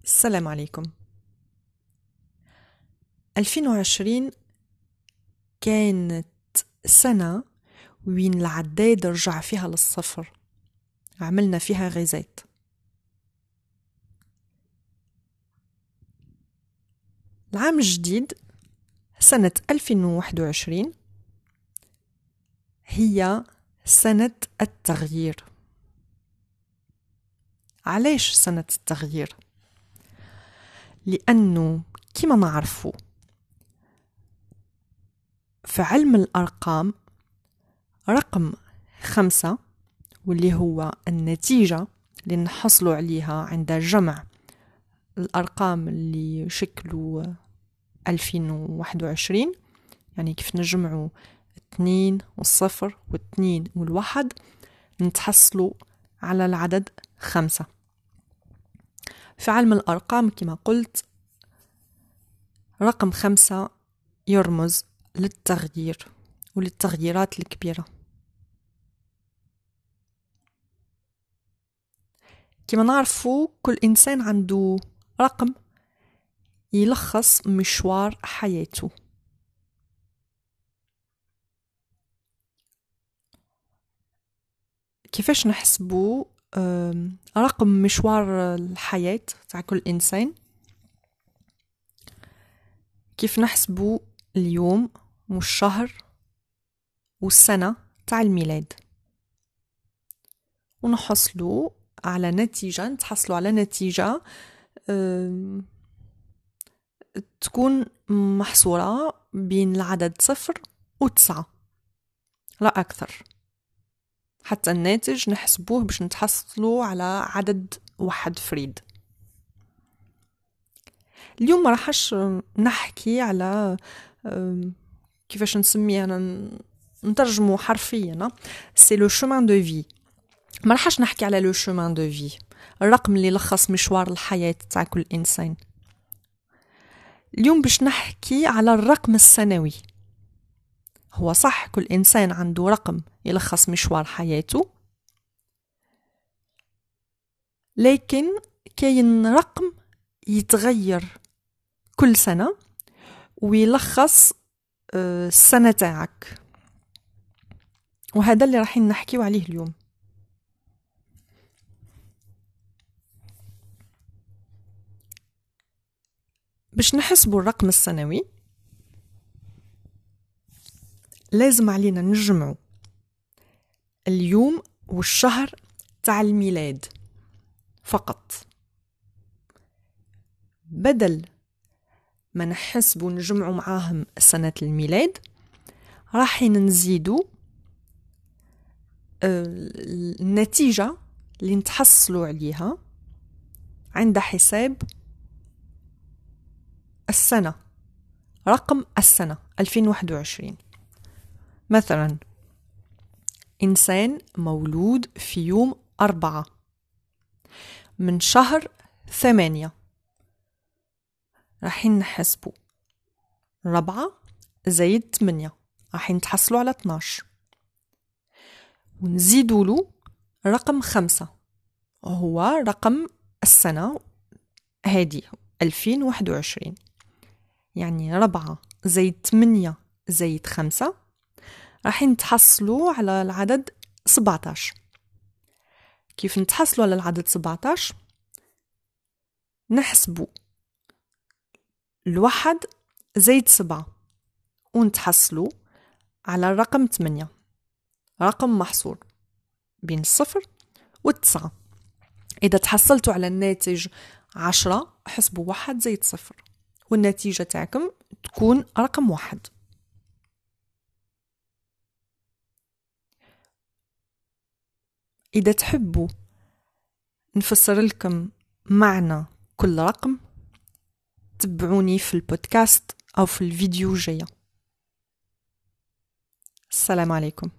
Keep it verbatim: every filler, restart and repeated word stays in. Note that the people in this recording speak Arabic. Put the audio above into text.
السلام عليكم. ألفين وعشرين كانت سنة وين العداد رجع فيها للصفر، عملنا فيها غيزات. العام الجديد سنة ألفين وواحد وعشرين هي سنة التغيير. علاش سنة التغيير؟ لأنه كما نعرفوا في علم الأرقام رقم خمسة، واللي هو النتيجة اللي نحصلوا عليها عند جمع الأرقام اللي يشكلوا ألفين وواحد وعشرين، يعني كيف نجمعوا اثنين والصفر واثنين والواحد نتحصلوا على العدد خمسة. في علم الأرقام كما قلت رقم خمسة يرمز للتغيير وللتغييرات الكبيرة. كما نعرفوا كل إنسان عنده رقم يلخص مشوار حياته. كيفاش نحسبوا رقم مشوار الحياة تاع كل إنسان؟ كيف نحسبوا اليوم والشهر والسنة تاع الميلاد، ونحصلوا على نتيجة نتحصلوا على نتيجة تكون محصورة بين العدد صفر وتسعة لا أكثر. حتى الناتج نحسبوه باش نتحصلوا على عدد واحد فريد. اليوم ما راحش نحكي على كيفاش نسميه أنا نترجمه حرفيا سي لو شومان دو في. ما راحش نحكي على لو شومان دو في، الرقم اللي لخص مشوار الحياة تاع كل إنسان. اليوم باش نحكي على الرقم السنوي. هو صح كل إنسان عنده رقم يلخص مشوار حياته، لكن كاين رقم يتغير كل سنة ويلخص السنة تاعك، وهذا اللي راح نحكيو عليه اليوم. باش نحسبوا الرقم السنوي لازم علينا نجمعوا اليوم والشهر تاع الميلاد فقط، بدل ما نحسبوا نجمعوا معاهم سنة الميلاد راح نزيدوا النتيجة اللي نتحصلوا عليها عند حساب السنة، رقم السنة ألفين وواحد وعشرين. مثلا إنسان مولود في يوم أربعة من شهر ثمانية، راح نحسبوا ربعة زائد ثمانية راح نتحصلوا على اثناش، ونزيدوا له رقم خمسة وهو رقم السنة هذه ألفين وواحد وعشرين، يعني ربعة زائد ثمانية زائد خمسة راح نتحصلوا على العدد سبعتاش. كيف نتحصلوا على العدد سبعتاش؟ نحسبوا الواحد زائد سبعة ونتحصلوا على الرقم ثمانية، رقم محصور بين الصفر والتسعة. إذا تحصلتوا على الناتج عشرة حسبوا واحد زائد صفر والنتيجة تاعكم تكون رقم واحد. إذا تحبوا نفسر لكم معنى كل رقم تبعوني في البودكاست أو في الفيديو جاية. السلام عليكم.